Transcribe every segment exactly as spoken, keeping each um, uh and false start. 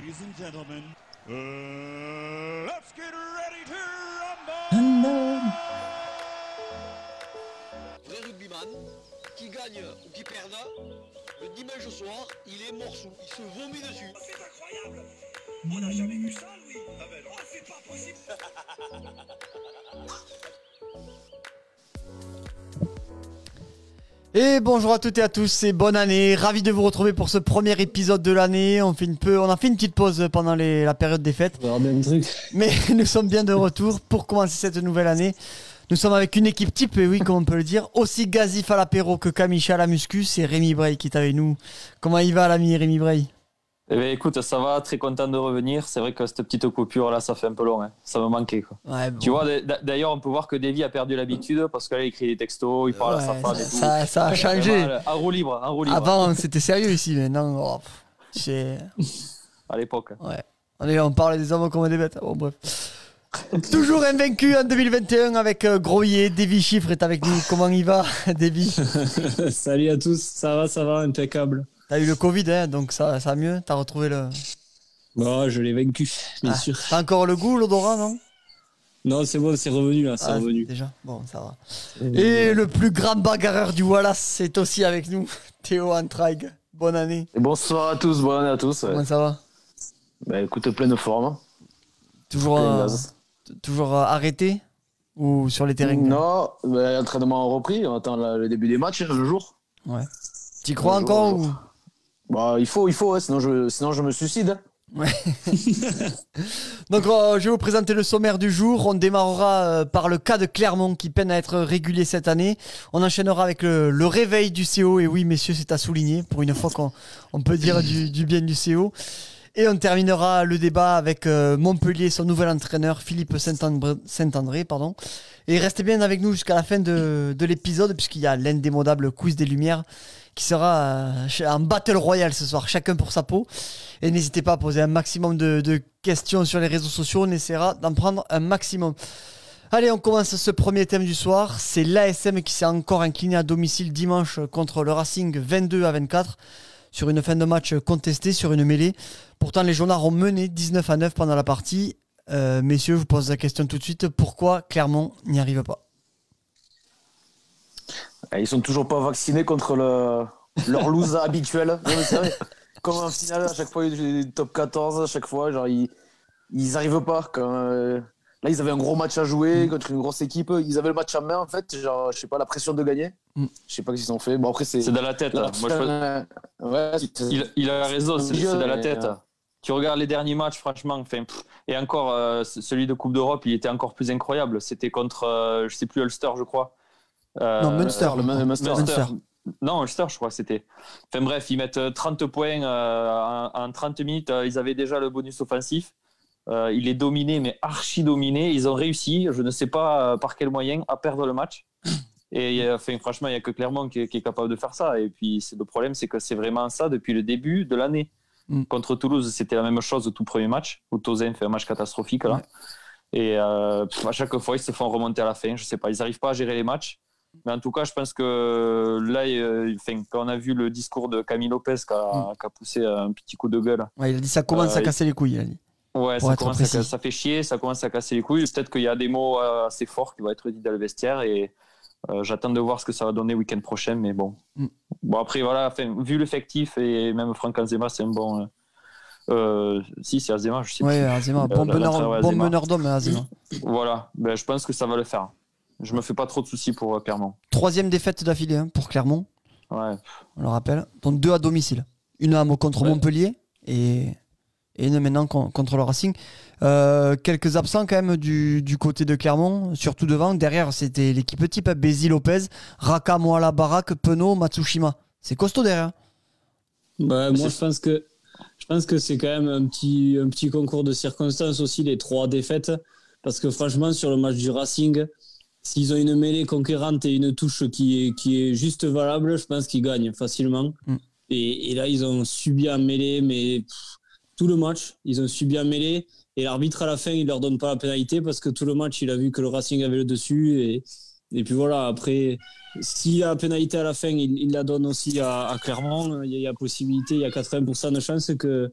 Ladies and gentlemen, uh, let's get ready to rumble! Vrai rugbyman, qui gagne ou qui perde, le dimanche soir, il est morceau, il se vomit dessus. C'est incroyable! On n'a jamais vu ça, Louis! Ah ben non, c'est pas possible! Et bonjour à toutes et à tous et bonne année, ravi de vous retrouver pour ce premier épisode de l'année. On fait une peu, on a fait une petite pause pendant les, la période des fêtes, On va bien le truc. mais nous sommes bien de retour pour commencer cette nouvelle année. Nous sommes avec une équipe type, et oui comme on peut le dire, aussi gazif à l'apéro que Kamicha à la muscu. C'est Rémi Bray qui est avec nous. Comment il va l'ami Rémi Bray? Eh bien, écoute, ça va, très content de revenir. C'est vrai que cette petite coupure là, ça fait un peu long, hein. Ça me manquait, quoi. Ouais, bon. Tu vois, d'ailleurs, on peut voir que Davy a perdu l'habitude parce que là, il écrit des textos, il parle Ouais, à sa femme ça, et tout. ça, ça a changé. Vraiment, en roue libre, en roue libre. Avant c'était sérieux ici, maintenant oh, pff, c'est... À l'époque. Ouais. Allez, on parle des hommes comme des bêtes. Bon, bref. Toujours invaincu en deux mille vingt et un avec euh, Groyer. Davy Chiffre est avec nous. Comment il va, Davy? Salut à tous, ça va, ça va, impeccable. T'as eu le Covid, hein, donc ça, ça va mieux. T'as retrouvé le. Bon, je l'ai vaincu, bien Ah, sûr. T'as encore le goût, l'odorat, non? Non, c'est bon, c'est revenu là, c'est Ah, revenu. Déjà, bon, ça va. Et le plus grand bagarreur du Wallace est aussi avec nous, Théo Antraig. Bonne année. Et bonsoir à tous, bonne année à tous. Comment ça va? Bah écoute, pleine forme. Toujours, Plein euh, gaz. t- toujours euh, arrêté ou sur les terrains? Non, bah, entraînement repris, on attend la- le début des matchs, le jour. Ouais. T'y crois Le jour, encore le ou... jour. Bah il faut, il faut, ouais, sinon, je, sinon je me suicide. Ouais. Donc euh, je vais vous présenter le sommaire du jour. On démarrera euh, par le cas de Clermont qui peine à être régulier cette année. On enchaînera avec le, le réveil du C O. Et oui messieurs, c'est à souligner pour une fois qu'on on peut dire du, du bien du C O. Et on terminera le débat avec euh, Montpellier, son nouvel entraîneur Philippe Saint-André, Saint-André pardon. Et restez bien avec nous jusqu'à la fin de, de l'épisode puisqu'il y a l'indémodable quiz des Lumières qui sera euh, en Battle Royale ce soir, chacun pour sa peau. Et n'hésitez pas à poser un maximum de, de questions sur les réseaux sociaux, on essaiera d'en prendre un maximum. Allez, on commence ce premier thème du soir. C'est l'A S M qui s'est encore incliné à domicile dimanche contre le Racing vingt-deux à vingt-quatre sur une fin de match contestée, sur une mêlée. Pourtant, les Jaunards ont mené dix-neuf à neuf pendant la partie. Euh, messieurs, je vous pose la question tout de suite. Pourquoi Clermont n'y arrive pas? Et ils sont toujours pas vaccinés contre le, leur loose habituel. Non, mais c'est vrai, comme en finale, à chaque fois, ils ont top quatorze, à chaque fois, genre, ils, ils arrivent pas. Quand, euh, là, ils avaient un gros match à jouer contre une grosse équipe. Ils avaient le match en main, en fait. Genre, je sais pas, la pression de gagner. Mm. Je sais pas ce qu'ils ont fait. Bon, après, c'est. C'est dans la tête. Là, Là. Moi, je pense- euh, ouais, c'est- il, il a raison, c'est c'est dans la tête. euh, Tu regardes les derniers matchs, franchement, enfin, pff, et encore, euh, c- celui de Coupe d'Europe, il était encore plus incroyable. C'était contre, euh, je sais plus, Ulster, je crois. Euh, Non, Munster. le Mun- Munster. Munster. Munster. Non, Ulster, je crois que c'était. Enfin bref, ils mettent euh, trente points euh, en, en trente minutes. Euh, Ils avaient déjà le bonus offensif. Euh, ils les dominaient, mais archi dominés. Ils ont réussi, je ne sais pas euh, par quel moyen, à perdre le match. Et euh, enfin, franchement, il n'y a que Clermont qui est, qui est capable de faire ça. Et puis c'est, le problème, c'est que c'est vraiment ça depuis le début de l'année. Mm. Contre Toulouse, c'était la même chose au tout premier match, où Tozin fait un match catastrophique. Là. Ouais. Et euh, pff, à chaque fois, ils se font remonter à la fin. Je sais pas, ils n'arrivent pas à gérer les matchs. Mais en tout cas, je pense que là, euh, enfin, quand on a vu le discours de Camille Lopez qui a, Mm. qui a poussé un petit coup de gueule, Ouais, il a dit ça commence Euh, à casser les couilles. Il a dit. ouais, Pour ça, être commence à, précis. ça fait chier, ça commence à casser les couilles. Peut-être qu'il y a des mots euh, assez forts qui vont être dits dans le vestiaire et euh, j'attends de voir ce que ça va donner le week-end prochain. Mais bon, Mm. bon après, voilà, enfin, vu l'effectif et même Franck Azema, c'est un bon. Euh, euh, si, c'est Azema, je sais Ouais, plus. Azema, Euh, bon l'entraîneur meneur, bon Azema. meneur d'homme, Azema. Voilà, ben, je pense que ça va le faire. Je me fais pas trop de soucis pour euh, Clermont. Troisième défaite d'affilée hein, pour Clermont, Ouais. on le rappelle. Donc deux à domicile. Une à, contre Ouais. Montpellier et, et une maintenant con- contre le Racing. Euh, quelques absents quand même du, du côté de Clermont, surtout devant. Derrière, c'était l'équipe type, hein, Bézi Lopez, Raka, Moala, Barak, Penaud, Matsushima. C'est costaud derrière. Bah, moi, C'est- je pense que je pense que c'est quand même un petit, un petit concours de circonstances aussi, les trois défaites. Parce que franchement, sur le match du Racing, s'ils ont une mêlée conquérante et une touche qui est, qui est juste valable, je pense qu'ils gagnent facilement. Mm. Et, et là, ils ont subi un mêlée, mais pff, tout le match, ils ont subi un mêlée. Et l'arbitre, à la fin, il leur donne pas la pénalité parce que tout le match, il a vu que le Racing avait le dessus. Et, et puis voilà, après, s'il y a la pénalité à la fin, il, il la donne aussi à, à Clermont. Il y, a, il y a possibilité, il y a quatre-vingts pour cent de chance que,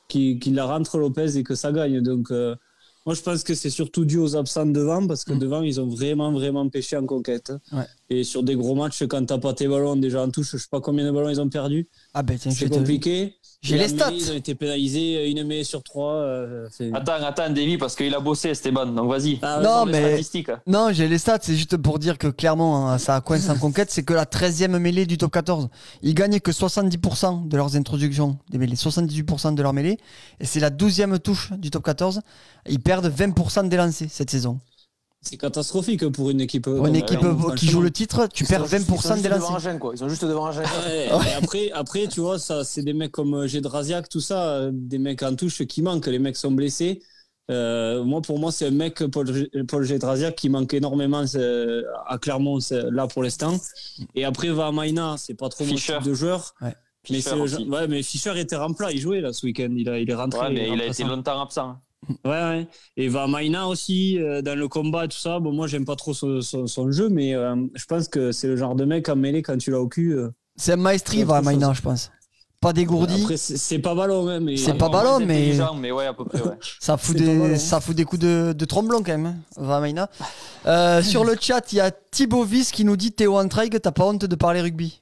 qu'il, qu'il la rentre Lopez et que ça gagne. Donc, euh, moi, je pense que c'est surtout dû aux absents devant, parce que mmh. devant, ils ont vraiment, vraiment pêché en conquête. Ouais. Et sur des gros matchs, quand t'as pas tes ballons déjà en touche, je sais pas combien de ballons ils ont perdu. Ah ben, tiens, c'est compliqué. J'ai les stats. Mêlée, ils ont été pénalisés une mêlée sur trois. Euh, attends, attends, Davy, parce qu'il a bossé, Esteban. Donc vas-y. Ah, non, mais non, j'ai les stats. C'est juste pour dire que clairement, hein, ça a coincé en conquête. C'est que la treizième mêlée du top quatorze. Ils gagnaient que soixante-dix pour cent de leurs introductions des mêlées, soixante-dix-huit pour cent de leurs mêlées. Et c'est la douzième touche du top quatorze. Ils perdent vingt pour cent des lancers cette saison. C'est catastrophique pour une équipe. Pour une équipe euh, qui joue le titre, tu perds vingt pour cent des lancers. Gêne, quoi. Ils sont juste devant un gêne. Ouais, et après, après, tu vois, ça, c'est des mecs comme Gédrasiak, tout ça, des mecs en touche qui manquent. Les mecs sont blessés. Euh, moi, pour moi, c'est un mec, Paul, Paul Gédrasiak, qui manque énormément à Clermont, là pour l'instant. Et après, va à Maïna, c'est pas trop mon type de joueur. Ouais. Mais, Fischer le... ouais, mais Fischer était rempli, il jouait là ce week-end. Il, a, il est rentré. Ouais, mais il a été longtemps absent. Ouais, ouais. Et va Maïna aussi, euh, dans le combat et tout ça. Bon, moi, j'aime pas trop son, son, son jeu, mais euh, je pense que c'est le genre de mec en mêlée quand tu l'as au cul. Euh, c'est un maestri, va Maïna, je pense. Pas dégourdi. Après, c'est, c'est pas ballon, hein, mais. C'est pas ballon, mais. mais ouais, à peu près, ouais. ça, fout des, ça fout des coups de, de tromblon quand même, hein, va Maïna. Euh, sur le chat, il y a Thibaut Viss qui nous dit Théo Antraig, t'as pas honte de parler rugby.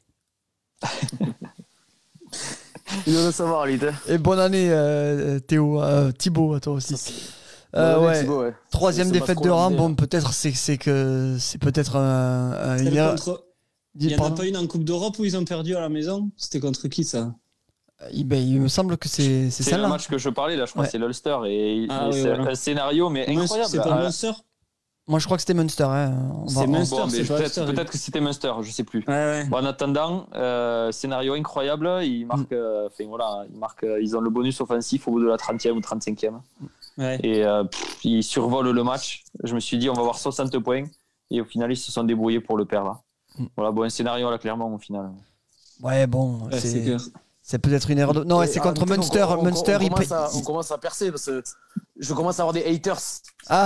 Il doit le savoir, lui. Et bonne année, euh, Théo. Euh, Thibaut, à toi aussi. Euh, ouais. Thibaut, ouais. Troisième c'est, c'est défaite de rang. Bon, peut-être c'est, c'est que c'est peut-être un. un une erreur. Contre... Il n'y en a pas une en Coupe d'Europe où ils ont perdu à la maison. C'était contre qui ça? il, ben, il me semble que c'est c'est, c'est ça le là. match que je parlais là. Je crois ouais. que c'est l'Ulster et, ah, et oui, c'est voilà. un scénario mais incroyable. C'est pas Munster. Moi, je crois que c'était Munster. Hein. C'est va... Munster, bon, c'est peut-être, Munster, peut-être que c'était Munster, je sais plus. Ouais, ouais. Bon, en attendant, euh, scénario incroyable. Ils marquent, mm. euh, voilà, ils marquent, euh, ils ont le bonus offensif au bout de la trentième ou trente-cinquième. Ouais. Et euh, pff, ils survolent le match. Je me suis dit, on va avoir soixante points. Et au final, ils se sont débrouillés pour le perdre. Mm. Voilà, bon, un scénario là, clairement, au final. Ouais, bon, ouais, c'est... c'est clair. C'est peut-être une erreur de... Non, et c'est ah, contre Munster. On, on, Munster, on, on, il... commence à, on commence à percer parce que je commence à avoir des haters. Ah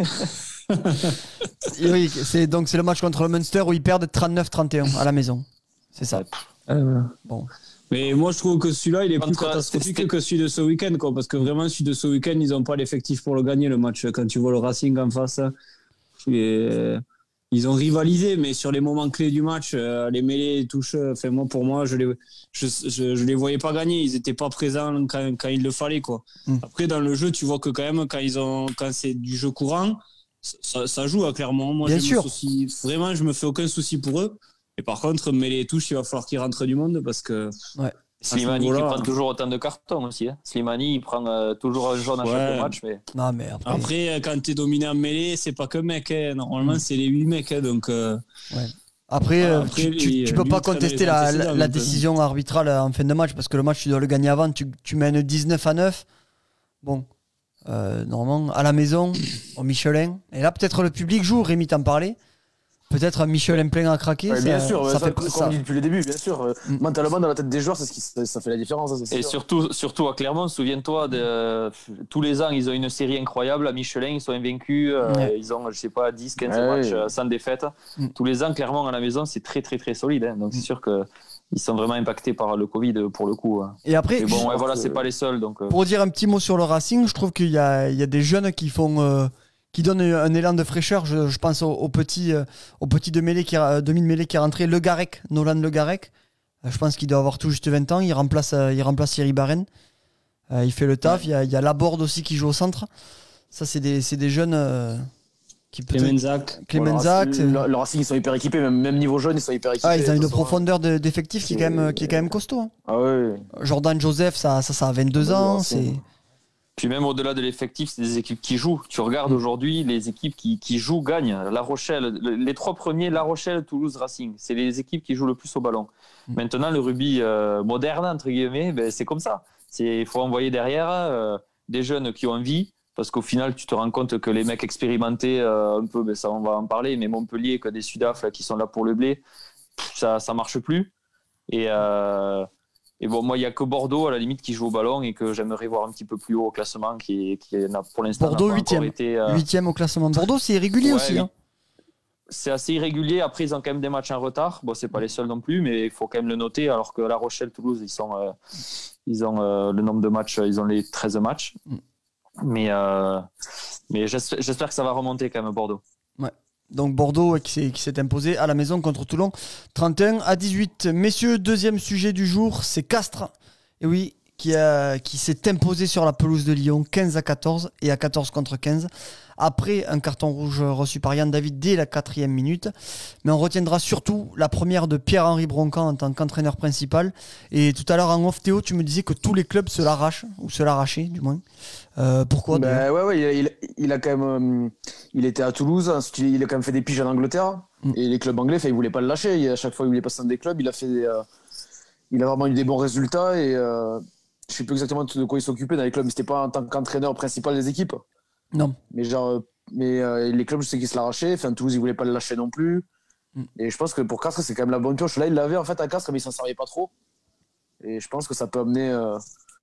oui, c'est, donc c'est le match contre le Munster où ils perdent trente-neuf trente et un à la maison. C'est ça. Ah, voilà. Bon. Mais moi, je trouve que celui-là, il est contre, plus catastrophique que celui de ce week-end, quoi, parce que vraiment, celui de ce week-end, ils n'ont pas l'effectif pour le gagner, le match. Quand tu vois le Racing en face, et... ils ont rivalisé, mais sur les moments clés du match, euh, les mêlées, les touches, enfin, moi, pour moi, je les, je, je, je les voyais pas gagner. Ils étaient pas présents quand, quand il le fallait, quoi. Mm. Après, dans le jeu, tu vois que quand même, quand ils ont, quand c'est du jeu courant, ça, ça joue, hein, clairement. Moi, Bien je sûr. Me soucie, vraiment, je me fais aucun souci pour eux. Et par contre, mêlées et touches, il va falloir qu'ils rentrent du monde parce que. Ouais. Slimani qui prend toujours autant de cartons aussi. Hein. Slimani, il prend euh, toujours un jaune à ouais. chaque match. Mais... Non, mais après... après, quand t'es dominé en mêlée, c'est pas que mec. Hein. Normalement, mmh. c'est les huit mecs. Hein, donc, euh... ouais. Après, euh, après tu, tu, tu peux pas contester la, la, la décision arbitrale en fin de match parce que le match, tu dois le gagner avant. Tu, tu mènes dix-neuf à neuf. Bon, euh, normalement, à la maison, au Michelin. Et là, peut-être le public joue. Rémi t'en parlait. Peut-être un Michelin plein à craquer. Ouais, ça, bien sûr, ça ça, fait comme ça. on dit depuis le début, bien sûr. Mm. Mentalement, dans la tête des joueurs, c'est ce qui ça fait la différence. Ça, c'est et sûr. surtout, surtout à Clermont, souviens-toi, de, euh, tous les ans, ils ont une série incroyable. À Michelin, ils sont invaincus. Euh, ouais. Ils ont, je sais pas, dix quinze ouais, matchs ouais. sans défaite. Mm. Tous les ans, Clermont à la maison, c'est très, très, très solide. Hein. Donc, mm. c'est sûr que. Ils sont vraiment impactés par le Covid pour le coup. Et après, mais bon, ouais, voilà, que... c'est pas les seuls. Donc, euh... pour dire un petit mot sur le Racing, je trouve qu'il y a, il y a des jeunes qui font, euh, qui donnent un élan de fraîcheur. Je, je pense au, au petit, euh, au petit de mêlée qui, euh, demi de mêlée qui est rentré, Le Garec, Nolan Le Garec. Euh, je pense qu'il doit avoir tout juste vingt ans. Il remplace, euh, il remplace Thierry Barren. Euh, il fait le taf. Ouais. Il y a, il y a Laborde aussi qui joue au centre. Ça, c'est des, c'est des jeunes. Euh, Clémenzac. Clémenzac. Le, le Racing, ils sont hyper équipés, même, même niveau jeune, ils sont hyper équipés. Ah, ils ont une profondeur de, d'effectif qui est, quand même, qui est quand même costaud. Hein. Ah ouais. Jordan Joseph, ça, ça, ça a vingt-deux ah, ans. C'est... Puis même au-delà de l'effectif, c'est des équipes qui jouent. Tu regardes mmh. aujourd'hui, les équipes qui, qui jouent gagnent. La Rochelle, les trois premiers, La Rochelle, Toulouse, Racing. C'est les équipes qui jouent le plus au ballon. Mmh. Maintenant, le rugby euh, moderne, entre guillemets, ben, c'est comme ça. Il faut envoyer derrière euh, des jeunes qui ont envie. Parce qu'au final, tu te rends compte que les mecs expérimentés, euh, un peu, ben ça on va en parler, mais Montpellier, que des Sudaf là, qui sont là pour le blé, ça ça marche plus. Et, euh, et bon, moi, il n'y a que Bordeaux, à la limite, qui joue au ballon et que j'aimerais voir un petit peu plus haut au classement, qui, qui n'a pour l'instant Bordeaux, n'a pas huitième. encore été... Euh... huitième au classement. Bordeaux, c'est irrégulier ouais, aussi. Oui. Hein. c'est assez irrégulier. Après, ils ont quand même des matchs en retard. Bon, c'est pas les seuls non plus, mais il faut quand même le noter. Alors que La Rochelle, Toulouse, ils sont, euh, ils ont euh, le nombre de matchs, ils ont les treize matchs. Mais, euh, mais j'espère, j'espère que ça va remonter quand même Bordeaux. Ouais. Donc Bordeaux qui s'est, qui s'est imposé à la maison contre Toulon, trente et un à dix-huit. Messieurs, deuxième sujet du jour, c'est Castres. Et oui, qui, a, qui s'est imposé sur la pelouse de Lyon quinze à quatorze et à quatorze contre quinze. Après un carton rouge reçu par Yann David dès la quatrième minute. Mais on retiendra surtout la première de Pierre-Henri Broncan en tant qu'entraîneur principal. Et tout à l'heure en off, Théo, tu me disais que tous les clubs se l'arrachent, ou se l'arrachaient du moins. Euh, pourquoi bah, ouais, ouais, il, il, il a quand même, euh, il était à Toulouse, ensuite il a quand même fait des piges en Angleterre. Mm. Et les clubs anglais, ils voulaient pas le lâcher. Il, à chaque fois, il voulait passer dans des clubs. Il a fait, des, euh, il a vraiment eu des bons résultats. Et euh, je sais plus exactement de quoi il s'occupait dans les clubs. Mais c'était pas en tant qu'entraîneur principal des équipes. Non. Mais genre, mais euh, les clubs, je sais qu'ils se l'arrachaient. Enfin, Toulouse, ils voulaient pas le lâcher non plus. Mm. Et je pense que pour Castres, c'est quand même la bonne pioche. Là, il l'avait en fait à Castres, mais il s'en servait pas trop. Et je pense que ça peut amener. Euh,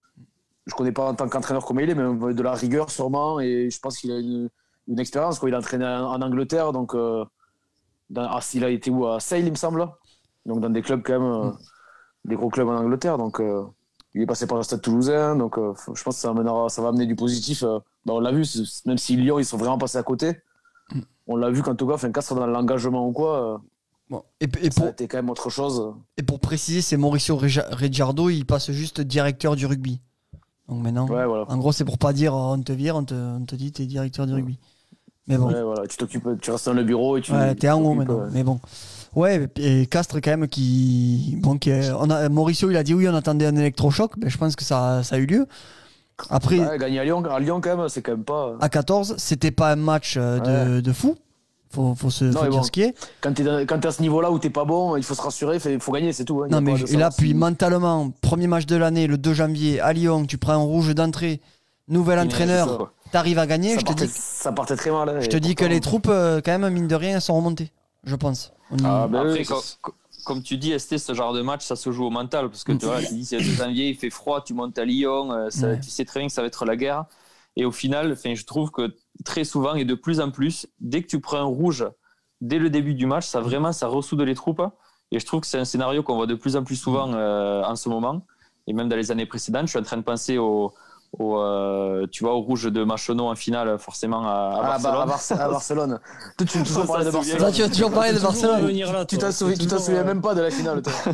je connais pas en tant qu'entraîneur comment il est, mais de la rigueur sûrement. Et je pense qu'il a une, une expérience. Quoi. Il a entraîné en, en Angleterre, donc euh, dans, ah, il a été où à Sale, il me semble. Donc dans des clubs quand même, euh, mm. des gros clubs en Angleterre. Donc euh, il est passé par le Stade Toulousain. Donc euh, je pense que ça, amènera, ça va amener du positif. Euh, bah, on l'a vu, même si Lyon ils sont vraiment passés à côté. Mm. On l'a vu qu'en tout cas, enfin, Castres dans l'engagement ou quoi. Euh, Bon. Et, et ça pour, a été quand même autre chose. Et pour préciser, c'est Mauricio Reggiardo, il passe juste directeur du rugby. Donc maintenant, ouais, voilà. En gros, c'est pour pas dire on te vire, on te, on te dit t'es directeur du rugby. Mais bon. Ouais, voilà. Tu t'occupes, tu restes dans le bureau et tu. Ouais, t'es en haut maintenant. Ouais. Mais bon. Ouais, et Castres quand même qui, bon, qui est... on a Mauricio, il a dit oui, on attendait un électrochoc. Ben, je pense que ça, ça a eu lieu. Après, ouais, gagner à Lyon, à Lyon quand même, c'est quand même pas. À quatorze, c'était pas un match de, ouais. de fou. Faut, faut se non, faut dire bon, ce qui est. Quand t'es, quand t'es à ce niveau-là où t'es pas bon, il faut se rassurer, il faut gagner, c'est tout. Hein. Non, mais et là, puis si... mentalement, premier match de l'année, le deux janvier, à Lyon, tu prends un rouge d'entrée, nouvel et entraîneur, t'arrives à gagner. Ça, je partait, te dis, ça partait très mal. Hein, je te dis que les troupes, euh, quand même, mine de rien, sont remontées, je pense. Ah, ben Après, oui, comme, comme tu dis, Esté, ce genre de match, ça se joue au mental. Parce que tu vois, tu dis, c'est le deux janvier, il fait froid, tu montes à Lyon, euh, ça, ouais. tu sais très bien que ça va être la guerre. Et au final, je trouve que très souvent, et de plus en plus, dès que tu prends un rouge, dès le début du match, ça vraiment ça ressoude les troupes. Et je trouve que c'est un scénario qu'on voit de plus en plus souvent euh, en ce moment. Et même dans les années précédentes, je suis en train de penser au, au, euh, tu vois, au rouge de Machonneau en finale, forcément à, à ah, Barcelone. Bah, à, Bar- à Barcelone. Toi, tu veux toujours parler de Barcelone. Là, tu vas toujours parler de Barcelone. Là, tu t'en souviens, tu t'en souviens même pas de la finale, toi.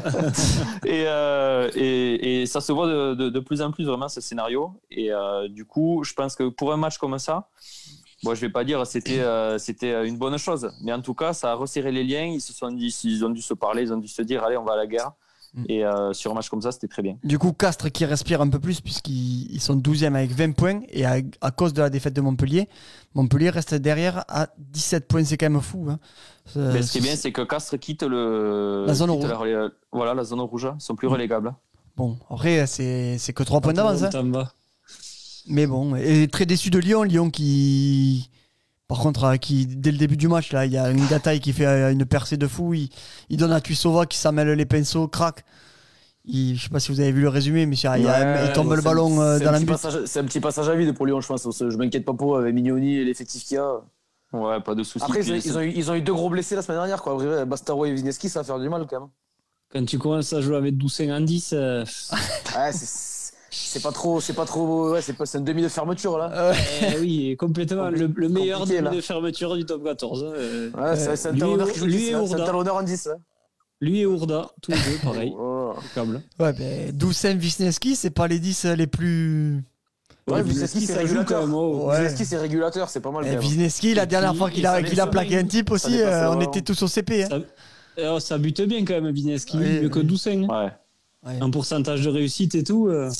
et, euh, et, et ça se voit de, de, de plus en plus vraiment ce scénario. Et euh, du coup, je pense que pour un match comme ça, bon, je vais pas dire c'était euh, c'était une bonne chose, mais en tout cas, ça a resserré les liens. Ils se sont dit, ils ont dû se parler, ils ont dû se dire, allez, on va à la guerre. Mm. Et euh, sur un match comme ça, c'était très bien. Du coup, Castres qui respire un peu plus puisqu'ils ils sont douzième avec vingt points et à, à cause de la défaite de Montpellier, Montpellier reste derrière à dix-sept points. C'est quand même fou. Hein. Mais ce qui est bien, c'est que Castres quitte le la zone quitte rouge. La, voilà, la zone rouge. Ils sont plus relégables. Bon, après, c'est c'est que trois points d'avance. Hein. Mais bon, et très déçu de Lyon, Lyon qui, par contre, qui dès le début du match, là, il y a une Gataille qui fait une percée de fou, il, il donne à Tuisova qui s'amène les pinceaux, crac. Il, je sais pas si vous avez vu le résumé, mais il, y a, ouais, il tombe le ballon euh, dans la but. C'est un petit passage à vide pour Lyon, je pense. Je m'inquiète pas pour eux avec Mignoni et l'effectif qu'il y a. Ouais, pas de soucis. Après, ils, ils, ont eu, ils ont eu deux gros blessés la semaine dernière, quoi. Bastaro et Vineski, ça va faire du mal quand même. Quand tu commences à jouer avec Doucin en dix. Euh... ouais, c'est. C'est pas trop, c'est pas trop, ouais, c'est, pas, c'est un demi de fermeture là. Euh, eh oui, complètement. Le, le meilleur demi là. de fermeture du top quatorze. Euh, ouais, c'est, c'est un talonneur qui joue dix, hein, c'est un talonneur en dix. Hein. Lui et Ourda, tous les deux, pareil. Oh. Ouais, mais Doucin, Wisniewski, c'est pas les dix les plus. Ouais, Wisniewski, c'est régulateur. Wisniewski, c'est régulateur, c'est pas mal. Wisniewski, la dernière fois qu'il a, qu'il a plaqué un type aussi, euh, on était tous au C P. Hein. Ça, alors, ça bute bien quand même, Wisniewski, oui, mieux oui. que Doucin. Ouais. Ouais. Un pourcentage de réussite et tout. Euh...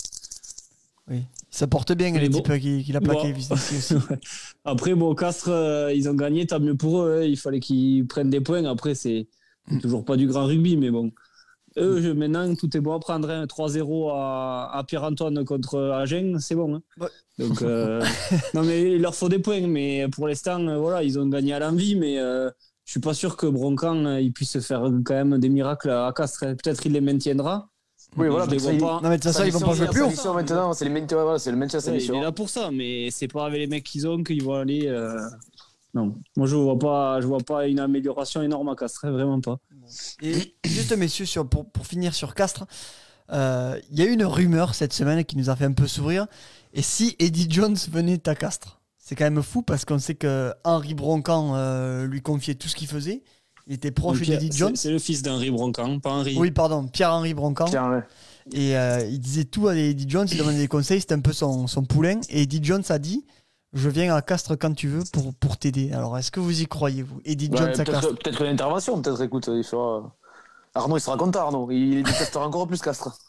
Oui, ça porte bien les bon. types qui, qui l'a plaqué. Bon. Aussi. Après, bon, Castres, euh, ils ont gagné, tant mieux pour eux. Hein. Il fallait qu'ils prennent des points. Après, c'est mm. toujours pas du grand rugby, mais bon. Eux, je, maintenant, tout est bon à prendre. Hein. trois zéro à, à Pierre-Antoine contre Agen, c'est bon. Hein. Ouais. Donc, euh, non, mais il leur faut des points. Mais pour l'instant, euh, voilà, ils ont gagné à l'envie. Mais euh, je suis pas sûr que Broncan euh, il puisse faire quand même des miracles à Castres. Peut-être qu'il les maintiendra. Oui, voilà, je les vois il... pas. Non, mais de toute façon, ils vont pas jouer plus haut. Maintenant, c'est, les maintien, voilà, c'est le maintien, c'est ouais, il est là pour ça, mais c'est pas avec les mecs qu'ils ont qu'ils vont aller. Euh... Non, moi je vois pas, je vois pas une amélioration énorme à Castres, hein, vraiment pas. Et juste, messieurs, sur, pour, pour finir sur Castres, il euh, y a eu une rumeur cette semaine qui nous a fait un peu sourire. Et si Eddie Jones venait à Castres, c'est quand même fou parce qu'on sait que Henri Broncan euh, lui confiait tout ce qu'il faisait. Il était proche Pierre, d'Eddie Jones. C'est, c'est le fils d'Henri Broncan, pas Henri. Oui, pardon, Pierre-Henri Broncan. Tiens, ouais. Et euh, il disait tout à Eddie Jones, il demandait des conseils, c'était un peu son, son poulain. Et Eddie Jones a dit: je viens à Castres quand tu veux pour, pour t'aider. Alors, est-ce que vous y croyez, vous, Eddie Jones Ouais, à Castres? peut-être, peut-être une intervention, peut-être, écoute, il fera. Arnaud, il sera content, Arnaud. Il détestera encore plus Castres.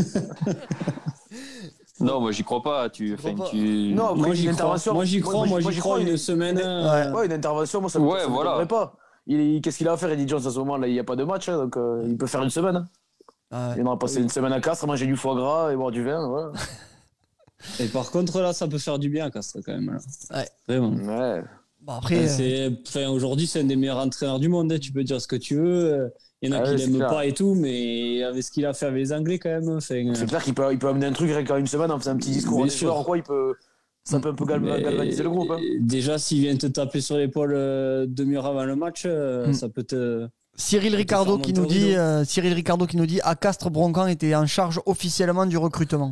Non, moi j'y crois pas. Tu, crois enfin, pas. tu... Non, après, Moi une j'y crois, intervention. moi j'y crois, moi j'y crois une semaine. euh, Ouais, une intervention, moi ça Ouais, me ça me voilà. dérangerait pas. Il, qu'est-ce qu'il a à faire, Eddie Jones, à ce moment-là? Il n'y a pas de match, hein, donc euh, il peut faire une semaine. hein. Ah ouais. Il aura passé une semaine à Castres, manger du foie gras et boire du vin. Voilà. Et par contre là, ça peut faire du bien à Castres quand même. Là. Ouais. Vraiment. Ouais. Bon, après, euh, C'est, enfin, aujourd'hui, c'est un des meilleurs entraîneurs du monde. hein. Tu peux dire ce que tu veux. Il y en a Ah qui ouais, c'est l'aiment clair. pas et tout, mais avec ce qu'il a fait avec les Anglais quand même. Enfin, euh, C'est clair qu'il peut, il peut amener un truc rien qu'en une semaine en faisant un petit discours Bien à des sûr. joueurs, en quoi il peut, ça peut un peu gal- mais- galvaniser le groupe. Hein. Déjà, s'il vient te taper sur l'épaule euh, demi-heure avant le match, euh, Mm. ça peut te. Cyril Ricardo faire qui monter nous au dit, rideau. euh, Cyril Ricardo qui nous dit, à Castres, Broncan était en charge officiellement du recrutement.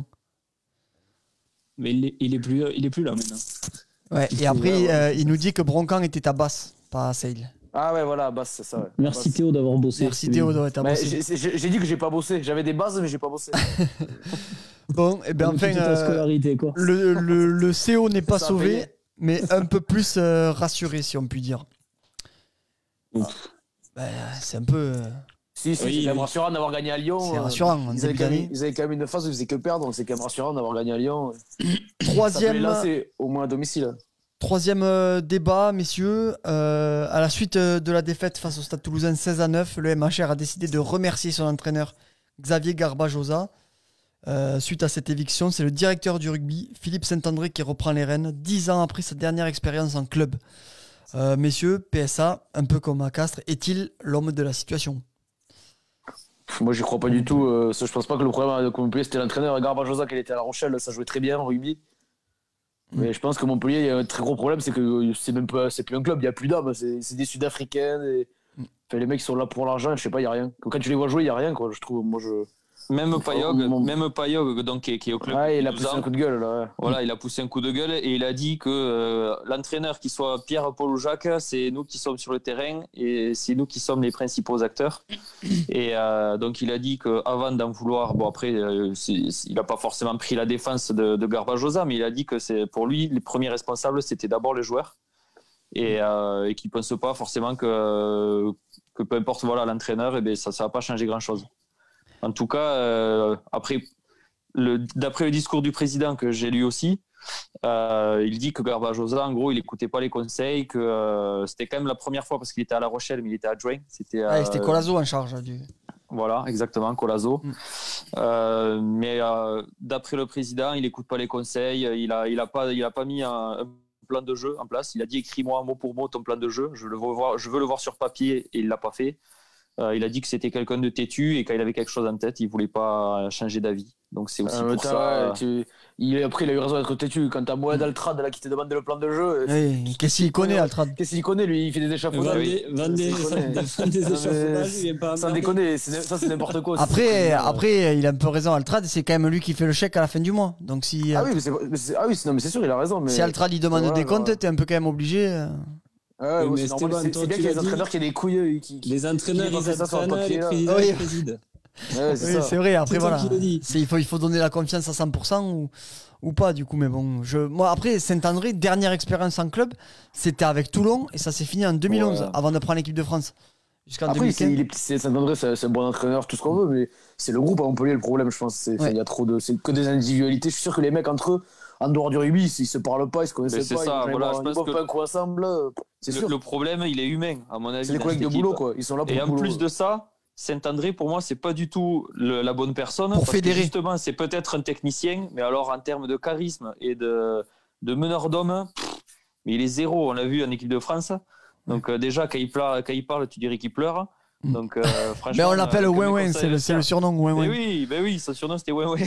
Mais il est, il est plus, il est plus là maintenant. Ouais. Et après, euh, il nous dit que Broncan était à Basse, pas à Sale. Ah ouais, voilà, Basse, c'est ça. Ouais. Merci Basse. Théo d'avoir bossé. Merci C'est Théo bien. d'être à Mais Basse. j'ai, j'ai- j'ai dit que j'ai pas bossé. J'avais des bases, mais j'ai pas bossé. Bon, et bien Comme enfin, toute ta euh, scolarité, quoi. le, le, le C O n'est pas Ça a sauvé, payé. mais un peu plus euh, rassuré, si on peut dire. Ouf. Ben, c'est un peu. euh, Si, si, Oui, c'est quand même oui. rassurant d'avoir gagné à Lyon. C'est euh, rassurant, en Ils avaient, début quand même, d'année. ils avaient quand même une phase où ils faisaient que perdre, donc c'est quand même rassurant d'avoir gagné à Lyon. Ça peut les Troisième, lancer au moins à domicile. troisième euh, débat, messieurs. Euh, à la suite euh, de la défaite face au Stade Toulousain seize à neuf, le M H R a décidé de remercier son entraîneur Xavier Garbajosa. Euh, suite à cette éviction, c'est le directeur du rugby, Philippe Saint-André, qui reprend les rênes dix ans après sa dernière expérience en club. Euh, messieurs, P S A, un peu comme à Castres, est-il l'homme de la situation? Pff, Moi, j'y crois pas du tout. Euh, ça, je pense pas que le problème de Montpellier, c'était l'entraîneur Garbajosa qui était à La Rochelle. Ça jouait très bien en rugby. Mais je pense que Montpellier, il y a un très gros problème, c'est que c'est même pas, c'est plus un club, il y a plus d'hommes. C'est, c'est des Sud-Africains. Des... Enfin, les mecs sont là pour l'argent, je sais pas, il y a rien. Quand tu les vois jouer, il y a rien, quoi. Je trouve, moi, je. Même Payog, mon- même Payog, donc qui est, qui est au club. Ouais, depuis il a douze poussé ans. un coup de gueule, là. ouais. Voilà, il a poussé un coup de gueule et il a dit que euh, l'entraîneur, qui soit Pierre, Paul ou Jacques, c'est nous qui sommes sur le terrain et c'est nous qui sommes les principaux acteurs. Et euh, donc il a dit qu'avant d'en vouloir, bon après, euh, c'est- c'est- il n'a pas forcément pris la défense de, de Garbajosa, mais il a dit que c'est pour lui, les premiers responsables, c'était d'abord les joueurs et, euh, et qu'il ne pense pas forcément que, que peu importe voilà, l'entraîneur, eh bien, ça ne va pas changer grand-chose. En tout cas, euh, après, le, d'après le discours du président que j'ai lu aussi, euh, il dit que Garbajosa, en gros, il n'écoutait pas les conseils, que euh, c'était quand même la première fois parce qu'il était à La Rochelle, mais il était adjoint. C'était, Ah, euh, c'était Colazo en charge. Du... Voilà, exactement, Colazo. Mm. Euh, mais euh, d'après le président, il n'écoute pas les conseils, il n'a il a pas, il a pas mis un, un plan de jeu en place. Il a dit écris-moi mot pour mot ton plan de jeu, je, le veux, voir, je veux le voir sur papier et il ne l'a pas fait. Euh, il a dit que c'était quelqu'un de têtu et quand il avait quelque chose en tête, il ne voulait pas changer d'avis. Donc c'est aussi Euh, pour t'as- ça. ouais, tu- il, après, il a eu raison d'être têtu. Quand t'as Mohamed Altrad là, qui te demande le plan de jeu, Oui, qu'est-ce qu'il connaît, Altrad? qu'est-ce qu'il connaît, lui? Il fait des échafaudages. oui. Vendre des, C'est connu. vendre des Non, mais échafaudages, il vient pas Sans emmerder. déconner, c'est- ça c'est n'importe quoi. Après, C'est- après, il a un peu raison, Altrad, c'est quand même lui qui fait le chèque à la fin du mois. Donc si, Ah oui, mais c'est, mais c'est- ah oui, c'est- non, mais c'est sûr, il a raison. Mais... si Altrad il demande Voilà, des comptes, voilà. t'es un peu quand même obligé. euh. Ah ouais, Oui, ouais, mais c'est normal. Esteban, C'est, toi, c'est bien tu qu'il y ait l'as des dit. entraîneurs qui aient des couilles qui. qui... Les entraîneurs, qui ils fait ça sur le entraînent, papier, les là. présidents, Oui. ils président. Ouais, c'est Oui, ça. c'est vrai. Après, C'est toi voilà. qui l'as dit. C'est- il, faut, il faut donner la confiance à cent pour cent ou, ou pas, du coup. Mais bon, je, moi, après, Saint-André, dernière expérience en club, c'était avec Toulon et ça s'est fini en deux mille onze Ouais. avant de prendre l'équipe de France. Jusqu'en Après, c'est, deux mille quinze. il est, c'est, Saint-André, c'est, c'est un bon entraîneur, tout ce qu'on veut, mais c'est le groupe à Montpellier le problème, je pense. C'est, Ouais. il y a trop de, c'est que des individualités. Je suis sûr que les mecs entre eux, en dehors du rugby, ils, ils se parlent pas, ils se connaissent Mais pas. c'est ils ça, vont jamais voilà, boire- je ils pense boivent que pas un coup ensemble. euh, C'est Le, sûr. le problème, il est humain, à mon avis. C'est les dans collègues cette de équipe. boulot, quoi. Ils sont là pour Et le en boulot. plus de ça, Saint-André, pour moi, c'est pas du tout le- la bonne personne. Pour parce que fédérer. justement, c'est peut-être un technicien, mais alors en termes de charisme et de, de meneur d'homme, pff, mais il est zéro. On l'a vu en équipe de France. Donc euh, déjà, quand il, pleure, quand il parle, tu dirais qu'il pleure. Donc, euh, franchement. Mais on l'appelle euh, que Ouin mes Ouin, conseils c'est le, c'est le vestiaires. surnom Ouin Mais Ouin. oui, ben oui, son surnom c'était Ouin Ouin.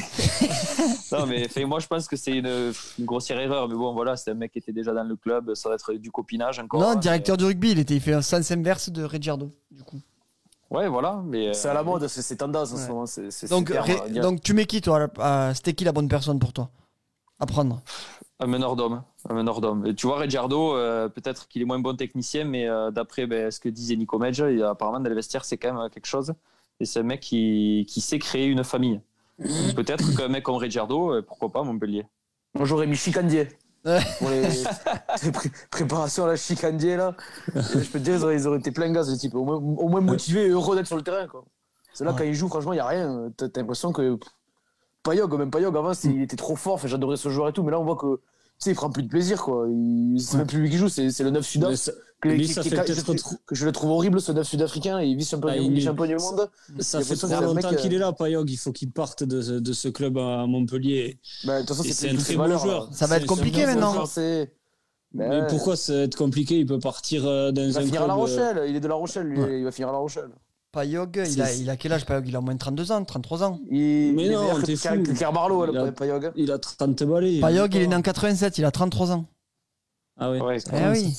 Non, mais fait, moi je pense que c'est une, une grossière erreur. Mais bon, voilà, c'est un mec qui était déjà dans le club. Ça va être du copinage encore. Non, hein, directeur du rugby, il, était, il fait un sens inverse de Ricciardo, du coup. mais- Ouais, voilà. Mais, euh, C'est à la mode, c'est c'est tendance en Ouais. ce moment. c'est- c'est- Donc, c'est terme, Ré- hein, dire. donc tu mets qui, toi à la- à- C'était qui la bonne personne pour toi à prendre? Un meneur d'homme. Un meneur d'homme. Et tu vois, Ricciardo, euh, peut-être qu'il est moins bon technicien, mais euh, d'après ben, ce que disait Nico Medj, il- apparemment dans les vestiaires, c'est quand même quelque chose. Et c'est un mec qui, qui sait créer une famille. Peut-être qu'un mec comme Ricciardo, euh, pourquoi pas Montpellier. Moi, j'aurais mis Chicandier. Ouais. Pour les, les pré- préparations à la Chicandier, là. Et je peux te dire, ils auraient, ils auraient été plein gaz, ce type. Au moins, au moins motivés et heureux d'être sur le terrain, quoi. C'est là, Ouais. quand il joue, franchement, il n'y a rien. T'as t'as l'impression que. pff, Payog, même Payog, avant, c'est- il était trop fort. Enfin, j'adorais ce joueur et tout. Mais là, on voit que. Tu sais, il prend plus de plaisir, quoi. Il- C'est Ouais. même plus lui qui joue, c'est c'est le neuf Mais Sudaf. ça, Que, lui, qui- ça qui- fait que- peut-être que- trop- que je le trouve horrible, ce neuf Sud-Africain. Il vit champion, Ah, du- il- il est champion du monde. ça J'ai fait l'impression trop que c'est un mec, longtemps qu'il euh, est là, Payog. Il faut qu'il parte de, ce- de ce club à Montpellier. Bah, de toute façon, Et c'est c'est plus un ses très bon valeurs, joueur. là. Ça va C'est- être c'est un compliqué bon maintenant. joueur. C'est- Mais Ouais. pourquoi ça va être compliqué? Il peut partir euh, dans Il va un finir à club. La euh, Rochelle. Il est de La Rochelle, lui. Ouais. Il va finir à La Rochelle. Payog, il a, C'est- il a quel âge Payog? Il a au moins trente-deux ans, trente-trois ans. Il, Mais il est non, meilleur t'es que fou. Claire- Claire Barlow, Il a- le Payog. Il a trente balais. Payog, il est né en quatre-vingt-sept, il a trente-trois ans. Ah ouais. Ouais. Eh oui.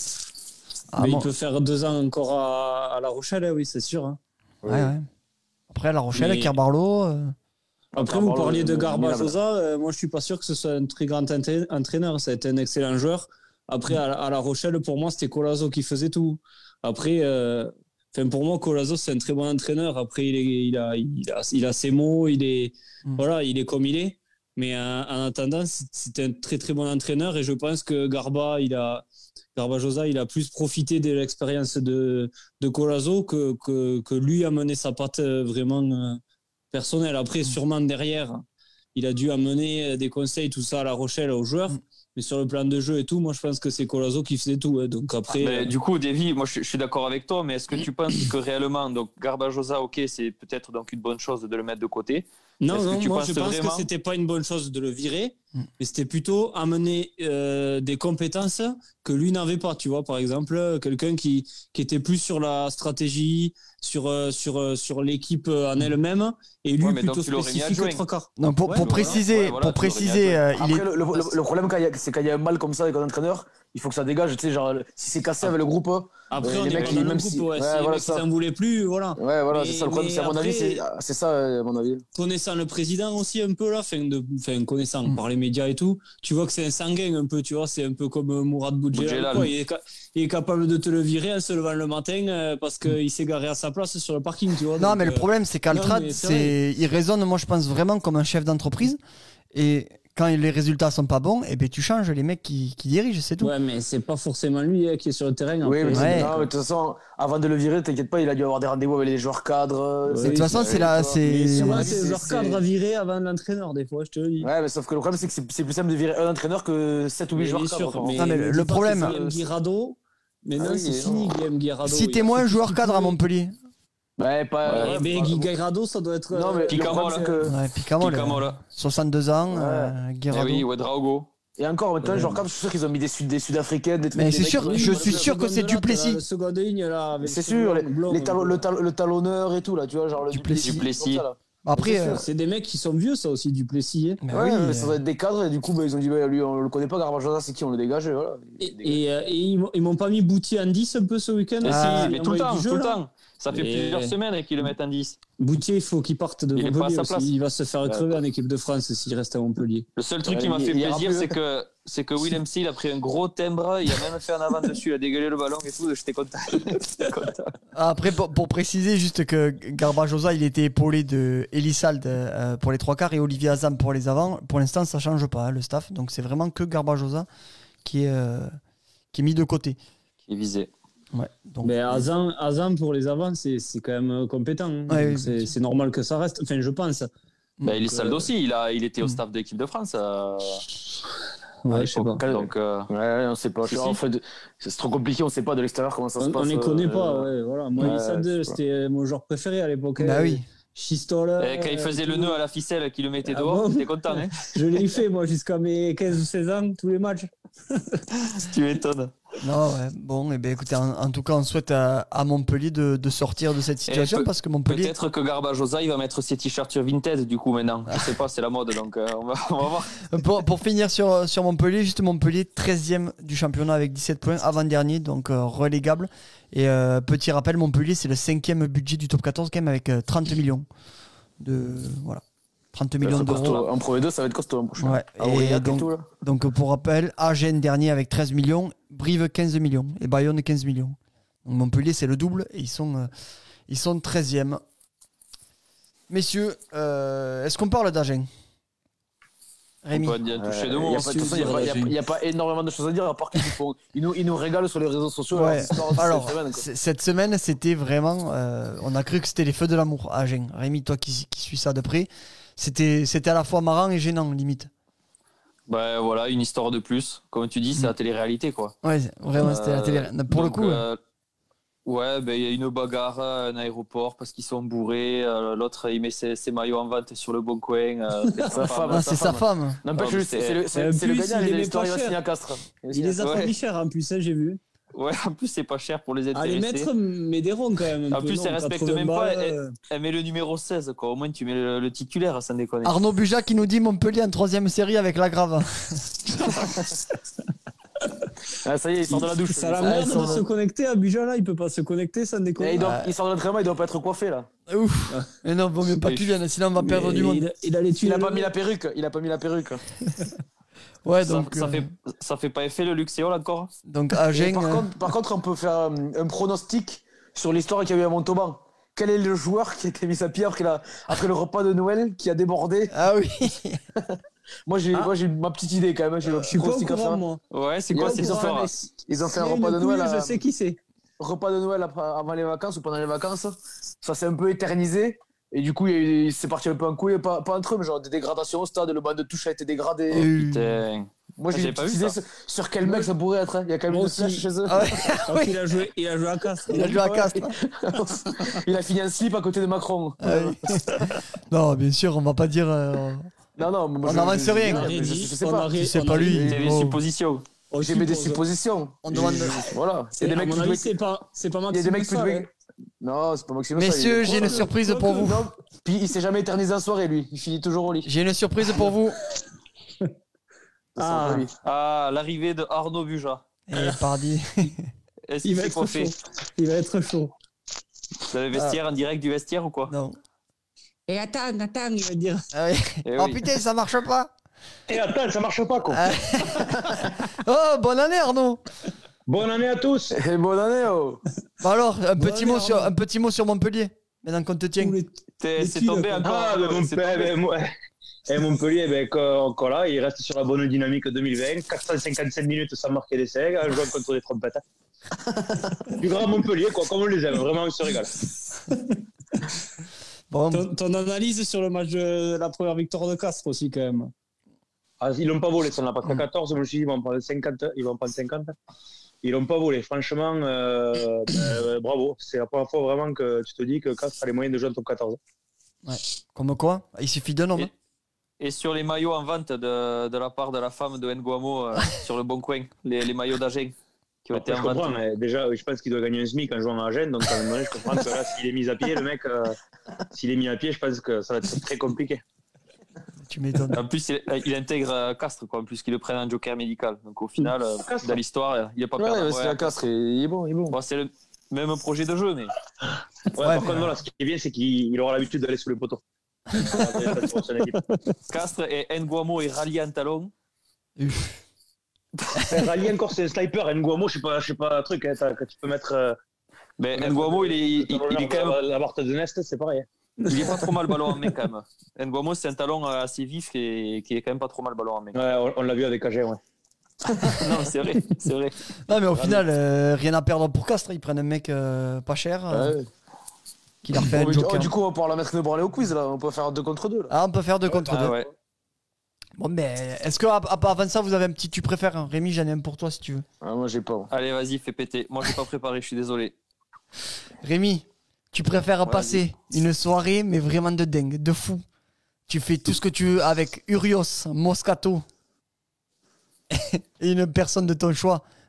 Ah, Mais bon. il peut faire deux ans encore à, à La Rochelle, hein, oui, c'est sûr. hein. Ouais, ouais. Après, à La Rochelle, Mais- Kerbarlo. euh, Après, Ah, vous Barlow, parliez de euh, Garbajosa. euh, moi, je suis pas sûr que ce soit un très grand entra- entraîneur. Ça a été un excellent joueur. Après, à, à La Rochelle, pour moi, c'était Colazo qui faisait tout. Après, euh, enfin, pour moi, Colazo, c'est un très bon entraîneur. Après, il, est, il, a, il, a, il a ses mots. Il est, Mm. voilà, il est comme il est. Mais en, en attendant, c'est- c'était un très très bon entraîneur. Et je pense que Garba, il a, Garbajosa, il a plus profité de l'expérience de, de Colazo que, que, que lui a mené sa patte euh, vraiment euh, personnelle. Après, sûrement derrière, il a dû amener des conseils, tout ça à La Rochelle aux joueurs. Mm. Mais sur le plan de jeu et tout, moi je pense que c'est Colazo qui faisait tout. hein. Donc après, Mais euh, du coup, Davy, moi je, je suis d'accord avec toi, mais est-ce que tu penses que réellement, donc Garbajosa, ok, c'est peut-être donc une bonne chose de le mettre de côté. non, est-ce que non, tu moi penses je pense vraiment- que c'était pas une bonne chose de le virer, Mm. mais c'était plutôt amener euh, des compétences que lui n'avait pas. Tu vois, par exemple, euh, quelqu'un qui, qui était plus sur la stratégie, sur, euh, sur, euh, sur l'équipe euh, en elle-même, et lui Ouais, mais donc plutôt tu l'aurais mis spécifique adjoint. trois quarts. Donc, pour, Ouais, pour voilà. préciser, Ouais, voilà, pour tu l'aurais préciser bien euh, il Après, est. le, le- le- le problème, quand il y a- c'est quand il y a un mal comme ça avec un entraîneur, il faut que ça dégage. Tu sais, genre, si c'est cassé avec le groupe. Après, Euh, on les est mecs, pas ils- dans le même groupe, si- ouais. ouais, Si les voilà, mecs ça. s'en voulaient plus, voilà. Ouais, voilà, Mais- c'est ça le problème. mais C'est à mon avis, après- c'est c'est ça, euh, à mon avis. Connaissant le président aussi un peu là, enfin, de, enfin connaissant Mm. par les médias et tout, tu vois que c'est un sanguin un peu, tu vois, c'est un peu comme euh, Mourad Boudjelal. Boudjelal. quoi. Il, est ca- il est capable de te le virer en se levant le matin euh, parce qu'il s'est garé à sa place sur le parking, tu vois. Non, donc, mais le euh, problème, c'est qu'Altrad, non, mais c'est c'est, il raisonne, moi, je pense, vraiment comme un chef d'entreprise. Et quand les résultats sont pas bons, eh ben, tu changes les mecs qui, qui dirigent, c'est tout. Ouais, mais c'est pas forcément lui hein, qui est sur le terrain. Oui, après. mais, Ouais. non, mais de toute façon, avant de le virer, t'inquiète pas, il a dû avoir des rendez-vous avec les joueurs cadres. Ouais, c'est- de toute façon, ouais, c'est là, tu vois. Mais c'est. souvent, Ouais, c'est c'est- le joueur c'est- cadre à virer avant l'entraîneur, des fois, je te le dis. Ouais, mais sauf que le problème, c'est que c'est c'est plus simple de virer un entraîneur que sept ou huit Mais joueurs bien sûr, cadres. mais, Non, mais le dis pas problème- que Guillaume Guirado, mais Ah non, oui, c'est non. fini, Guillaume Guirado. Il a Citez-moi fait un tout joueur ce qu'il cadre à pouvait. Montpellier. Ouais, pas. Eh ouais, ben, pas- Guy Guirado, ça doit être. Non, mais euh, le Picamol, problème, c'est que. Ouais, Picamol. Picamol. euh, soixante-deux ans, Ouais. euh, Eh Guirado. oui, Ouedraogo. Et encore, maintenant, genre, comme je suis sûr qu'ils ont mis des, Sud- des Sud-Africaines, des trucs. Mais des c'est mecs- sûr, Oui, je moi, suis la sûr que seconde c'est là, t'as Duplessis. La seconde ligne, là, avec C'est ce sûr, les, blanc, blanc, les talons- euh, le, tal- le talonneur et tout, là, tu vois, genre le Duplessis. Duplessis. comme ça, là. Après, C'est euh, sûr, C'est des mecs qui sont vieux, ça aussi, Duplessis. hein. mais Ouais, oui, mais ça euh, doit être des cadres, et du coup, bah, ils ont dit, bah, lui, on le connaît pas, Garbajosa, c'est qui, on le dégage, et voilà. Et, et, euh, et ils m'ont- ils m'ont pas mis Bouti en dix un peu ce week-end Mais Ah, si, mais tout le temps, du jeu, tout le là. temps. Ça fait Mais- plusieurs semaines qu'ils le mettent en dix. Boutier, il faut qu'il parte de Il est pas à Montpellier sa aussi. place. Il va se faire Ouais. crever en équipe de France s'il reste à Montpellier. Le seul truc Ouais, qui m'a il- fait il ira plaisir, plus. c'est que, c'est que Willem C, il a pris un gros timbre, il a même fait un avant dessus, il a dégueulé le ballon et tout, j'étais content. J'étais content. Après, pour, pour préciser, juste que Garbajosa, il était épaulé de Elisald euh, pour les trois quarts et Olivier Azam pour les avants. Pour l'instant, ça change pas, hein, le staff. Donc, c'est vraiment que Garbajosa qui est, euh, qui est mis de côté. Qui est visé. Ouais, donc, Mais Azam, Azam pour les avants, c'est c'est quand même compétent. hein. Ouais, Donc oui, c'est bien c'est normal que ça reste. Enfin, je pense. Bah, il est Donc, Saldo euh, aussi, il, a, il était au Mm. staff de l'équipe de France. euh, Ouais, à je sais pas. l'époque. Donc, euh, Ouais, on sait pas. Si, Je- si. en fait, c'est trop compliqué, on sait pas de l'extérieur comment ça se On, passe. on les connaît euh, pas, ouais, voilà. Moi, ouais, Elissade, c'est pas- c'était mon joueur préféré à l'époque. bah hein. oui. Chistol. et quand il faisait le nœud à la ficelle qui le mettait Ah dehors, bon t'es content, hein. Je l'ai fait, moi, jusqu'à mes quinze ou seize ans, tous les matchs. Tu m'étonnes. Non, ouais. Bon, et ben écoutez, en, en tout cas, on souhaite à, à Montpellier de, de sortir de cette situation peut- parce que Montpellier. Peut-être que Garbajosa il va mettre ses t-shirts sur Vinted du coup maintenant. Je sais pas, c'est la mode donc euh, on, va, on va voir. Pour, pour finir sur, sur Montpellier, juste Montpellier, treizième du championnat avec dix-sept points, avant-dernier, donc euh, relégable. Et euh, petit rappel, Montpellier, c'est le cinquième budget du top quatorze, quand même, avec euh, trente millions. De, voilà. trente millions C'est d'euros. costaud. En Pro deux, ça va être costaud en prochain. Ouais. Ah, Et Aurillac et donc, tout, là. donc pour rappel, Agen dernier avec treize millions, Brive quinze millions et Bayonne quinze millions. Donc Montpellier c'est le double et ils sont, euh, ils sont treizième. Messieurs, euh, est-ce qu'on parle d'Agen? Rémi. On peut bien toucher deux Euh, mots. y a pas- de toute façon, il n'y a, pas- y a pas énormément de choses à dire, à part qu'ils nous, font- ils nous, ils nous régalent sur les réseaux sociaux. Ouais. leurs histoires de Alors, cette semaine, quoi. c- cette semaine, c'était vraiment. euh, on a cru que c'était les feux de l'amour à Agen. Rémi, toi qui, qui suis ça de près, c'était, c'était à la fois marrant et gênant, limite. Bah voilà, une histoire de plus. Comme tu dis, c'est la télé-réalité quoi. Ouais, vraiment, c'était la Euh, télé. Pour donc, le coup. euh, ouais, ben il y a une bagarre à un aéroport parce qu'ils sont bourrés. euh, L'autre il met ses, ses maillots en vente sur le bon coin. euh, c'est Sa femme, ah, sa c'est sa femme. N'empêche, Ah, mais c'est c'est- c'est le, Et c'est- en c'est le plus, gagnant, il il les a met l'histoire, pas il va cher. signer à Castres. Il les a Ouais. pas mis cher en plus, hein, j'ai vu. Ouais, en plus c'est pas cher pour les Ah, les intéressés. maîtres m'aideront quand même. un En peu, plus, non, elle respecte quatre-vingts même pas, balles, elle- euh, Elle met le numéro seize quoi. Au moins tu mets le, le titulaire, sans déconner. Arnaud Buja qui nous dit Montpellier en troisième série avec la grave. Ah, ça y est, il sort de la douche. Ça la Ah, merde ils sont- de se connecter à Buja là, il peut pas se connecter sans Et déconner. il, doit- Ouais. il sort de l'entraînement, il doit pas être coiffé là. Ouf. Mais non, vaut mieux pas qu'il vienne, sinon on va perdre Mais du monde. Il, a- il a les tuyaux. Il a pas mis la perruque. Il a pas mis la perruque. Ouais, Ça, donc, ça euh, fait, ça fait pas effet le Luxéol encore donc Et Agen. par, euh, contre, par contre, on peut faire un, un pronostic sur l'histoire qu'il y a eu à Montauban. Quel est le joueur qui a été mis à pied après, la- après le repas de Noël qui a débordé? Ah oui. Moi, j'ai Ah. moi, j'ai ma petite idée quand même. J'ai un Je suis pas au pronostic à courant faire. moi. Ouais, c'est Il y quoi a- cette ils ont fait histoire un- Ils ont fait un S'il y a repas une de Noël. couille, à- Je sais qui c'est. repas de Noël après- avant les vacances ou pendant les vacances. Ça s'est un peu éternisé. Et du coup, il y a eu- c'est parti un peu en couille, pas, pas entre eux, mais genre des dégradations au stade. Le banc de touche a été dégradé. Euh, Putain. Moi, Ah, j'ai j'ai une pas petite vu idée ça. sur- sur quel mec ça pourrait être. hein. Il y a quand même Moi une flèche aussi. chez eux. Ah ouais. Je crois qu'il a joué, il a joué à Castres. Il a joué à Castres. Il a fini en slip à côté de Macron. Ah oui. Non, bien sûr, on va pas dire. euh, Non, non, moi, On je- n'avance je- rien. je- On a je- rien je- dit, je sais on pas. a rien- C'est on pas a lui. rien C'est dit. des Oh. suppositions. On J'ai mis des suppose. suppositions. On demande- Je- je- Voilà. Il y a des À mecs mon qui avis, jouaient- c'est pas, c'est pas il y a Maxime des mecs plus ça, doués. hein. Non, c'est pas Maxime. ça, Messieurs, il est- j'ai une surprise pour vous. Non, puis il s'est jamais éternisé en soirée, lui. Il finit toujours au lit. J'ai une surprise pour vous. Ça, Ah. c'est lui. Ah, l'arrivée de Arnaud Buja. Et pardi. Est-ce Il qu'il va s'est être coiffé chaud. Il va être chaud. dans le vestiaire, en direct du vestiaire ou quoi? Non. Et attends, attends, il va dire. Ah oui. Eh Oh oui. putain, ça marche pas. Et attends, ça marche pas, quoi. Ah. Oh, bonne année Arnaud. Bonne année à tous. Et bonne année, oh. Bah alors, un Bonne petit année, mot sur Arnaud. un petit mot sur Montpellier. Maintenant qu'on te tient. Tous les- T'es- Les C'est tuiles, tombé quoi. encore. Ah, ben, mon c'est père, tombé. ben, moi- Et Montpellier, ben, co- encore là, il reste sur la bonne dynamique deux mille vingt. quatre cent cinquante-sept minutes sans marquer d'essai, en jouant contre des trompettes. Du grand Montpellier, quoi, comme on les aime. Vraiment, on se régale. Bon, Ton, ton analyse sur le match de la première victoire de Castres aussi, quand même. Ah, ils l'ont pas volé, ça n'a pas fait quatorze. Moi, je me suis dit, ils vont en prendre cinquante. Ils vont en prendre cinquante. Ils l'ont pas volé. Franchement, euh, ben, bravo. C'est la première fois vraiment que tu te dis que Castres a les moyens de jouer en top quatorze. comme quoi, il suffit d'un homme. hein. Et sur les maillots en vente de, de la part de la femme de Nguamo euh, sur le bon coin, les, les maillots d'Agen qui ont été Après, je en comprends, vente. mais déjà, je pense qu'il doit gagner un SMIC en jouant à Agen. Donc, à un moment donné, je comprends que là, s'il est mis à pied, le mec, euh, s'il est mis à pied, je pense que ça va être très compliqué. Tu m'étonnes. En plus, il, il intègre euh, Castres, quoi, en plus qu'il le prenne en joker médical. Donc au final, euh, Castres. dans l'histoire, euh, il est pas Ouais, perdant. mais c'est Ouais, un Castres, il est bon, il est bon. bon, c'est le même projet de jeu, mais Ouais, Ouais, par mais- contre, voilà, ce qui est bien, c'est qu'il il aura l'habitude d'aller sous les poteaux. Ça, c'est pour son équipe. Castres et Nguamo est rallié en talon. Uff. Eh, Rally encore, c'est un sniper. Nguamo, je sais pas, je sais pas, un truc, hein, t'as- que tu peux mettre. euh, Mais mettre Nguamo, il est, il, il est quand même, La, la barre de Nest, c'est pareil. il est pas trop mal ballon en main quand même. Nguamo, c'est un talon euh, assez vif et qui est quand même pas trop mal ballon en main. Ouais, on, on l'a vu avec Agen, ouais. Non, c'est vrai, c'est vrai. Non, mais au final, euh, rien à perdre pour Castres. Ils prennent un mec euh, pas cher euh, Ouais. qui leur fait Oh, un mais- joker. oh, du coup, on va pouvoir la mettre de branler au quiz, là. On peut faire deux contre deux, là. Ah, on peut faire deux contre Ah deux. ouais. Bon, mais est-ce que à- à- avant ça, vous avez un petit tu préfères hein Rémi, j'en ai un pour toi si tu veux. Ah, moi, j'ai pas. moi. Allez, vas-y, fais péter. Moi, j'ai pas préparé, je suis désolé. Rémi, tu préfères passer une soirée, mais vraiment de dingue, de fou. Tu fais tout ce que tu veux avec Urios, Moscato et une personne de ton choix,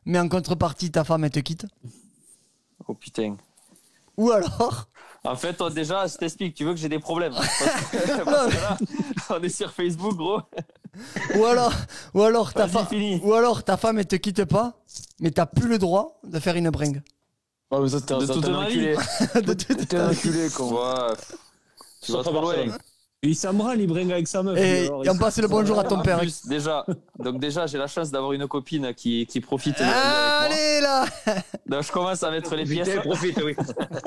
mais en contrepartie, ta femme, elle te quitte. Oh putain. Ou alors, En fait, toi, déjà, je t'explique, tu veux que j'ai des problèmes. Parce que, parce que là, on est sur Facebook, gros. ou alors, ou alors, ta Vas-y, femme, fini. ou alors ta femme, elle te quitte pas, mais t'as plus le droit de faire une bringue. Ouais, mais ça, t'es un De ça, toute t'es un ma enculé. De toute- T'es un enculé, con. Ouais. Tu vas Sauf à trop loin. Barcelone. Il s'embranle, il bringue avec sa meuf. Et, alors, et on il- passe le bonjour à ton En père. plus, déjà, donc déjà, j'ai la chance d'avoir une copine qui, qui profite de la vie avec moi. Allez là. Donc, je commence à mettre les pièces. Profitez, profite, oui.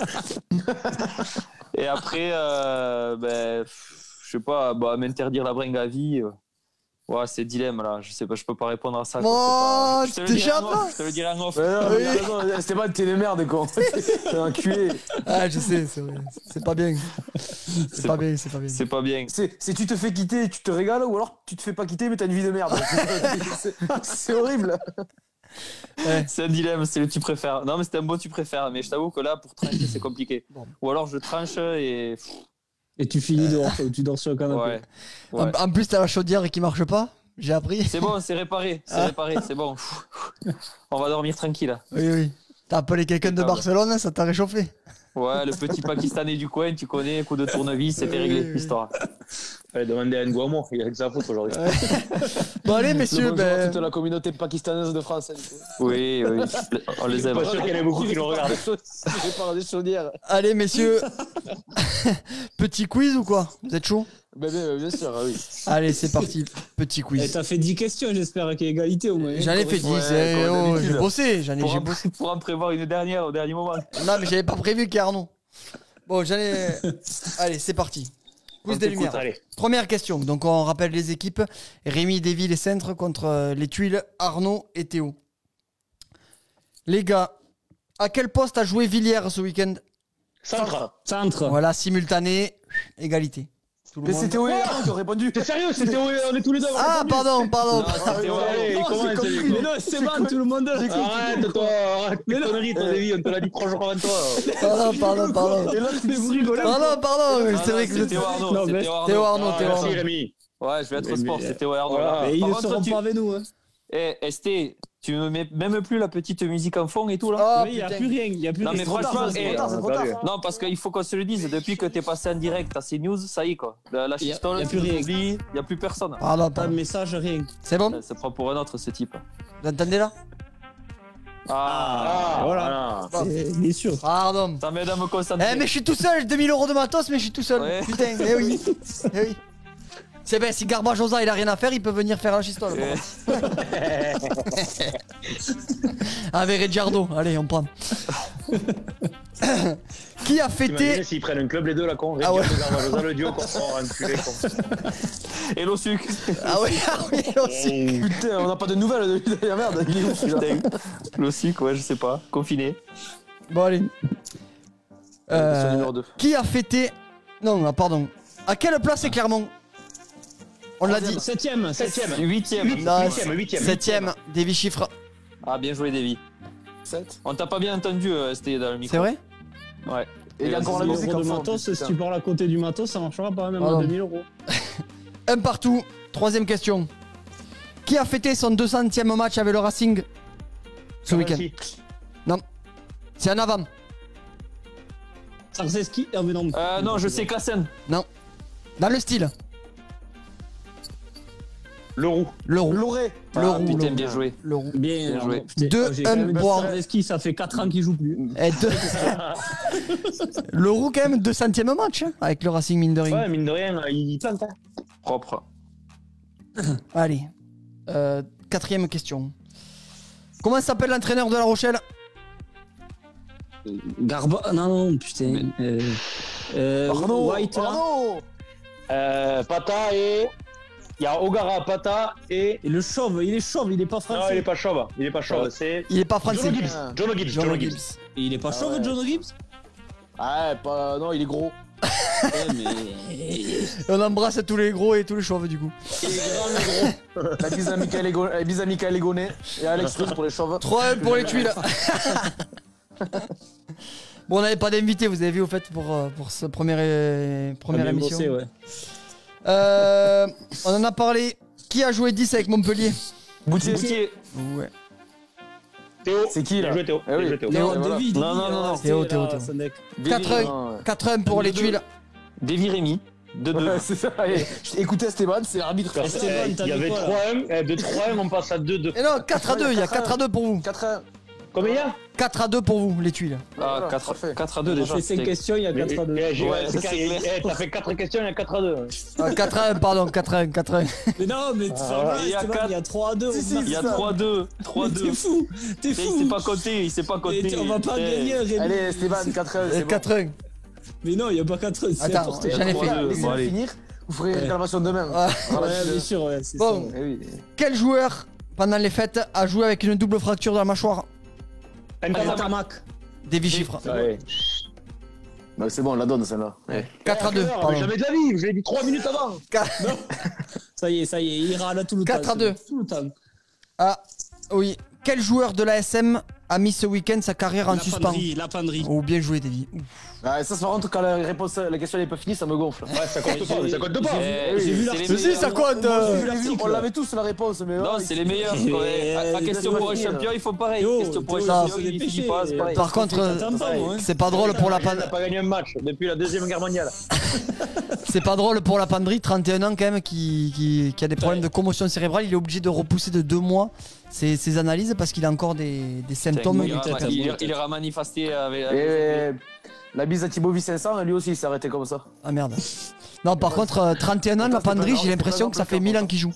Et après, euh, ben, pff, je sais pas, bah, m'interdire la bringue à vie. euh, Ouais, c'est dilemme là. Je sais pas, je peux pas répondre à ça. quoi. Oh, C'est pas- je te le t'es dirai en chiant, off, je te le dirai en off. Ouais, non, Oui. mais t'as raison, Stéphane, t'es une merde, con. T'es un enculé. Ah, je sais, c'est vrai. C'est pas bien. C'est C'est pas bien, c'est pas bien. C'est pas bien. C'est c'est tu te fais quitter, tu te régales, ou alors tu te fais pas quitter, mais t'as une vie de merde. C'est- C'est horrible. Ouais. C'est un dilemme, c'est le tu préfères. Non, mais c'était un beau tu préfères. Mais je t'avoue que là, pour trancher, c'est compliqué. Bon. Ou alors je tranche et. Et tu finis dehors, tu dors sur le canapé. Ouais. En, ouais. en plus, t'as la chaudière qui marche pas. J'ai appris. C'est bon, c'est réparé. C'est Ah. réparé, c'est bon. On va dormir tranquille. Oui, oui. T'as appelé quelqu'un de Ah ouais. Barcelone, ça t'a réchauffé. Ouais, le petit Pakistanais du coin, tu connais, coup de tournevis, c'était Oui, réglé, oui. l'histoire. Allez, demandez à Ngouamo, il a que ça à foutre aujourd'hui. Bon, allez, Le messieurs, bonjour à ben. toute la communauté pakistanaise de France. Oui, oui, on les aime. Pas sûr qu'il y en ait beaucoup qui le regardent. Je parle des chaudières. Allez, messieurs. Petit quiz ou quoi? Vous êtes chaud? Ben, ben, bien sûr, oui. Allez, c'est parti. Petit Et quiz. t'as fait dix questions, j'espère qu'il y a égalité au moins. J'en ai fait dix. Ouais, eh, comme oh, d'habitude. j'ai bossé. J'en ai, Pour j'ai en, bossé. pour en prévoir une dernière au dernier moment. Non, mais j'avais pas prévu qu'il y ait Arnaud. Bon, j'en ai. Allez, c'est parti. Quiz On des t'écoute, lumières. allez. Première question. Donc, on rappelle les équipes. Rémi, Davy, les Centres contre euh, les Tuiles, Arnaud et Théo. Les gars, à quel poste a joué Villiers ce week-end? Centre. Centre. Voilà, simultané, égalité. Tout le Mais monde- c'était où qui ont répondu. T'es sérieux? C'était où on est tous les deux. on a Ah, répondu. pardon, pardon. Non, c'était Ouais, ouais. allez, Oh, comment c'est elle compris. s'est- Mais non, c'est bon, tout le monde. Arrête, toi, arrête tes conneries, ton Lévi, on te l'a dit trois jours avant toi. Pardon, pardon, pardon. Et là, Mais vous rigolez. Pardon, pardon. Ah, C'est vrai non, que c'est Théo je... Arnaud. Non, c'est mais- Théo Arnaud. Théo Arnaud, Ah, Théo merci Arnaud. Rémi. Ouais, je vais être au sport, c'est Théo Arnaud. Voilà. là. Mais ils Par ne contre, seront tu- pas avec nous. Hein. Eh, S T, tu me mets même plus la petite musique en fond et tout là? Oh, Oui, il n'y a putain. plus rien. Il y a plus Non, rien. mais c'est trop tard, franchement, c'est eh, trop tard, c'est trop tard. Non, parce qu'il faut qu'on se le dise, depuis que t'es passé en direct à CNews, ça y est quoi. La, la Y a- chistole, y a plus tu rien. l'oublies, il n'y a plus personne. Pardon, Pas de pardon. message, rien. C'est bon? Ça, ça prend pour un autre ce type. Vous entendez là? Ah, Ah, voilà. voilà. C'est bien sûr. Pardon. ça m'aide à me concentrer. Eh, mais je suis tout seul. J'ai deux mille euros de matos, mais je suis tout seul. Ouais. Putain, eh oui. Eh oui. C'est bien, si Garbajosa il a rien à faire, il peut venir faire la chistole. Eh, Avec Reggiardo, allez, on prend. Qui a T'imagines fêté. s'ils prennent un club les deux là con. Ah ouais. Garbajosa, le duo, con. Oh, enculé, con. Hello sucre. Ah oui, ah oui, aussi. Putain, on n'a pas de nouvelles de lui. La merde, il est où celui-là? Putain. Hello sucre, ouais, je sais pas. Confiné. Bon, allez. Euh, Question numéro deux. qui a fêté. Non, non, pardon. À quelle place est Clermont? On l'a dit. Septième. Septième. Huitième. Non, Huitième, huitième. Septième, Davy chiffre. Ah, bien joué, Davy. sept. On t'a pas bien entendu, euh, c'était dans le micro. C'est vrai? Ouais. Et il y a encore la deux musique euros en de fond. matos, si putain. tu parles à côté du matos, ça marchera pas, même Pardon. à deux mille euros. Un partout. Troisième question. Qui a fêté son deux centième match avec le Racing ce week-end? Non. C'est en avant. Sarzeski, ah mais non. Euh, non, je sais Klassen. Non. Dans le style. Le roux. Le roux. Loré. Le Ah, roux. putain, le roux. bien joué. Le roux. Bien, Bien joué. putain, Deux, j'ai quand un, même- boire. Sarzeski, ça fait quatre ans qu'il joue plus. Et deux... le roux, quand même, deux centième match hein, avec le Racing, mine de rien. Ouais, mine de rien, il plante. hein. Propre. Allez. Euh, quatrième question. Comment s'appelle l'entraîneur de La Rochelle? Garba. Non, non, putain. Euh, euh, Arnaud. White, là. Arnaud. Euh, Pata et. Il y a Ogara, Pata et. Et le chauve, il est chauve, il est pas Non, il français. est pas chauve. Il est pas chauve. Ouais. C'est. Il est pas français. John Gibbs. John Gibbs. John John Gibbs. Gibbs. Et il est pas Ah chauve, ouais. John Gibbs. Ouais, pas. Non, il est gros. Ouais, mais. On embrasse tous les gros et tous les chauves du coup. Il est grand, mais gros. La bise à Michael Ego- la bise à Michael Egonet et Alex Cruz pour les chauves. trois un pour les tuiles. Bon, on n'avait pas d'invité, vous avez vu au fait pour, euh, pour ce première, euh, première Bien émission. bossé, ouais. Euh, on en a parlé. Qui a joué dix avec Montpellier? Boutier. Boutier. Ouais. Théo. C'est qui là Bien joué, Théo. Eh oui. Bien joué, Théo. Théo. Et voilà. Davy, Non, non, non, non. Théo, Théo, Théo. quatre un. Non, ouais. quatre un pour les tuiles. Davy Rémy, deux deux. Ouais, c'est ça. Allez, écoutez Esteban, c'est l'arbitre. Esteban, Eh, t'as Il y mis avait quoi, là trois un. eh, De trois un, on passe à deux deux. Et non, quatre à deux, il y a quatre à deux pour vous. quatre un. Combien il y a quatre à deux pour vous, les tuiles. Ah, Voilà, quatre parfait. quatre à deux On a déjà. fait cinq C'était- questions, il y a quatre à deux. Eh, j'ai- Ouais, ouais, c'est ça, c'est carré. clair. Eh, T'as fait quatre questions, il y a quatre à deux. Ah, quatre à un, pardon, quatre à un, quatre à un. Mais non, mais Ah, ça va, il y a Esteban, quatre- il y a trois à deux. Si, on si, marque. Il y a ça. trois deux. trois Mais deux. T'es fou, t'es Il fou. s'est pas compté, il s'est pas compté. Mais on va pas Eh, gagner, Rémi. Allez Esteban, quatre un. Euh, c'est bon. quatre un. Mais non, il y a pas quatre. C'est Attends, n'importe j'en quoi. ai trois fait. deux. Laissez-le Bon, allez. finir. Vous ferez une réclamation demain. Ah. Voilà, Ouais, je- bien sûr, ouais, c'est Bon. ça. Eh oui. Quel joueur, pendant les fêtes, a joué avec une double fracture de la mâchoire? Ntamak. Tamac. Des chiffres. Ouais. Bah, c'est bon, on la donne celle-là. Ouais. quatre à deux, Mais pardon. jamais de la vie, je l'ai dit trois minutes avant. Ça y est, ça y est, il râle tout le temps. quatre à c'est deux. bon, Tout le temps. Ah, oui. Quel joueur de l'A S M a mis ce week-end sa carrière en La suspens? penderie, la penderie. Oh, bien joué, Davy. Ouf. Ah, ça, par contre, quand la réponse, la question n'est pas finie, ça me gonfle. Ouais, ça compte pas, ça compte pas. Eh, J'ai vu c'est l'article. les Mais si, ça meilleurs. compte. Moi, euh. j'ai vu l'article, on l'avait tous la réponse, mais Non, c'est les meilleurs. Ouais. À- à Eh, question pour un laisse-moi champion, il faut pareil. Yo, Question pour un Théo, champion, c'est il des finit péchés. pas, c'est pareil. Par contre, euh, T'attends pas, moi, hein. c'est pas drôle pour la On n'a panderie. pas gagné un match depuis la Deuxième Guerre mondiale. C'est pas drôle pour la penderie, trente et un ans quand même, qui, qui, qui a des problèmes de commotion cérébrale. Il est obligé de repousser de deux mois ses, ses analyses parce qu'il a encore des, des symptômes. Il ira- tête, il il ira- tête. il ira manifester avec. avec- Et la bise à Thibaut Vincent, lui aussi, il s'est arrêté comme ça. Ah merde. Non, par contre, euh, trente et un ans, la penderie, j'ai l'impression que ça fait mille ans qu'il joue.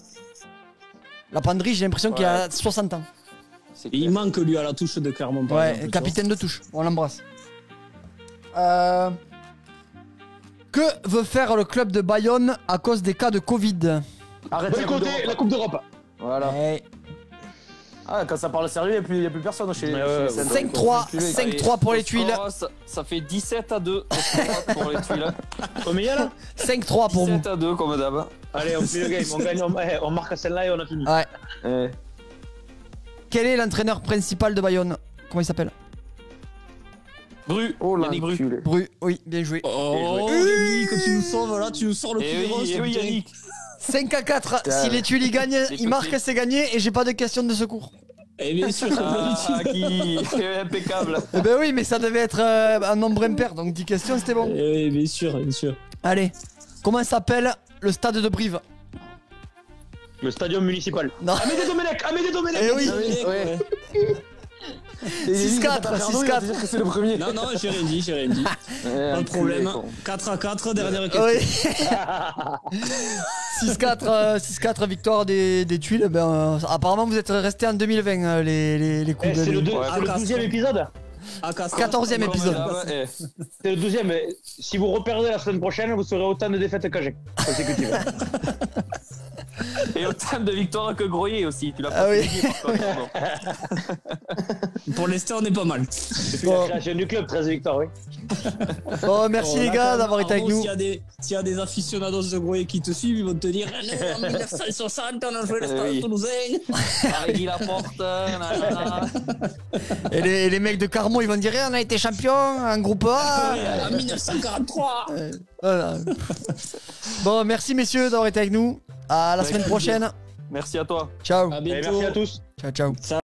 La penderie, j'ai l'impression qu'il a soixante ans. C'est Et il clair. manque lui à la touche de Clermont. par Ouais, exemple, tu capitaine de touche, on l'embrasse. Euh, Que veut faire le club de Bayonne à cause des cas de Covid? Arrête la Coupe Boycotter d'Europe. la Coupe d'Europe. Voilà. Eh, Ah, quand ça parle sérieux, il n'y a, plus- il y a plus personne chez, Ouais, chez ouais, les Saints. cinq trois, Ils sont enculés. cinq trois pour les Au tuiles. score, Ça, ça fait dix-sept à deux au score pour les tuiles. Combien il y a là? cinq trois pour vous. dix-sept à deux comme d'hab. Allez, on fait le game, on gagne, on, eh, on marque à celle-là et on a fini. Ouais. Eh. Quel est l'entraîneur principal de Bayonne? Comment il s'appelle? Bru, Oh là, Yannick Bru. enculé. Bru, oui, bien joué. Oh, Rémi, quand tu nous sauves là, tu nous sors le Et Figaro, oui, s'il eh te oui, plaît. Yannick. cinq à quatre. Putain. Si les tuiles y gagnent, Les il marque, petits. c'est gagné et j'ai pas de question de secours. Et bien sûr, Ah, qui impeccable. Eh ben oui, mais ça devait être euh, un nombre impair, donc dix questions, c'était bon. Eh oui, bien sûr, bien sûr. Allez, comment s'appelle le stade de Brive? Le stadium municipal. Non. Amédée Domenech, Amédée Domenech. Eh oui. Ouais. Et six Yannick, quatre, t'as perdu, six il va quatre. te dire que c'est le premier. Non, non, j'ai rien dit, j'ai rien dit. Eh, Pas de enculé, problème. con. quatre à quatre, dernière question. Oui. six quatre, euh, six quatre victoire des, des tuiles. Ben, euh, apparemment, vous êtes restés en deux mille vingt, euh, les, les, les coups Eh, de c'est le, deux- Ouais, c'est le Castres. douzième épisode. À Castres. quatorzième Comme épisode. d'hab, eh. C'est le douzième. mais Si vous reperdez la semaine prochaine, vous serez autant de défaites qu'Agen. Consécutives. Et autant de victoires que Groyer aussi. Tu l'as Ah pas oui. oublié, par contre, bon. Pour l'instant, on est pas mal. Depuis Bon. la création du club, treize victoires, oui. Bon, merci Bon, les là, gars quand d'avoir même, été avec Arnaud, nous. S'il y, a des- s'il y a des aficionados de Groyer qui te suivent, ils vont te dire ah non, en mille neuf cent soixante, on a joué le Eh Stade oui. Toulousain. Avec Laporte, nanana. Et les, et les mecs de Carmont, ils vont dire eh, on a été champion en groupe A. En mille neuf cent quarante-trois. Euh, voilà. Bon, merci messieurs d'avoir été avec nous. À la Avec semaine plaisir. prochaine. Merci à toi. Ciao. À Eh, bientôt. merci à tous. Ciao, ciao.